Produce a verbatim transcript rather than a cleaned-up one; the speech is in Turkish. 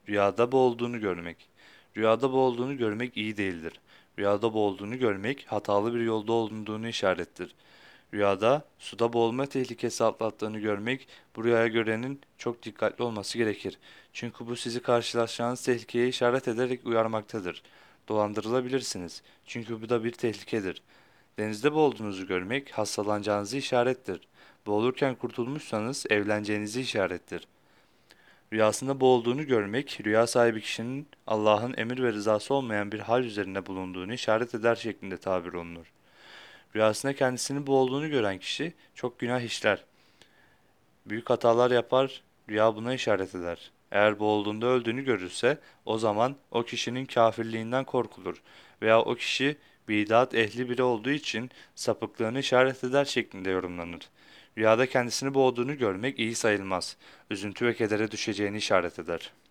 Rüyada boğulduğunu görmek. Rüyada boğulduğunu görmek iyi değildir. Rüyada boğulduğunu görmek hatalı bir yolda olduğunu işarettir. Rüyada suda boğulma tehlikesi atlattığını görmek bu rüyaya görenin çok dikkatli olması gerekir. Çünkü bu sizi karşılaşacağınız tehlikeye işaret ederek uyarmaktadır. Dolandırılabilirsiniz. Çünkü bu da bir tehlikedir. Denizde boğulduğunuzu görmek hastalanacağınızı işarettir. Boğulurken kurtulmuşsanız evleneceğinizi işarettir. Rüyasında boğulduğunu görmek, rüya sahibi kişinin Allah'ın emir ve rızası olmayan bir hal üzerine bulunduğunu işaret eder şeklinde tabir olunur. Rüyasında kendisini boğulduğunu gören kişi çok günah işler. Büyük hatalar yapar, rüya buna işaret eder. Eğer boğulduğunda öldüğünü görürse o zaman o kişinin kafirliğinden korkulur veya o kişi bidat ehli biri olduğu için sapıklığını işaret eder şeklinde yorumlanır. Rüyada kendisini boğduğunu görmek iyi sayılmaz. Üzüntü ve kedere düşeceğini işaret eder.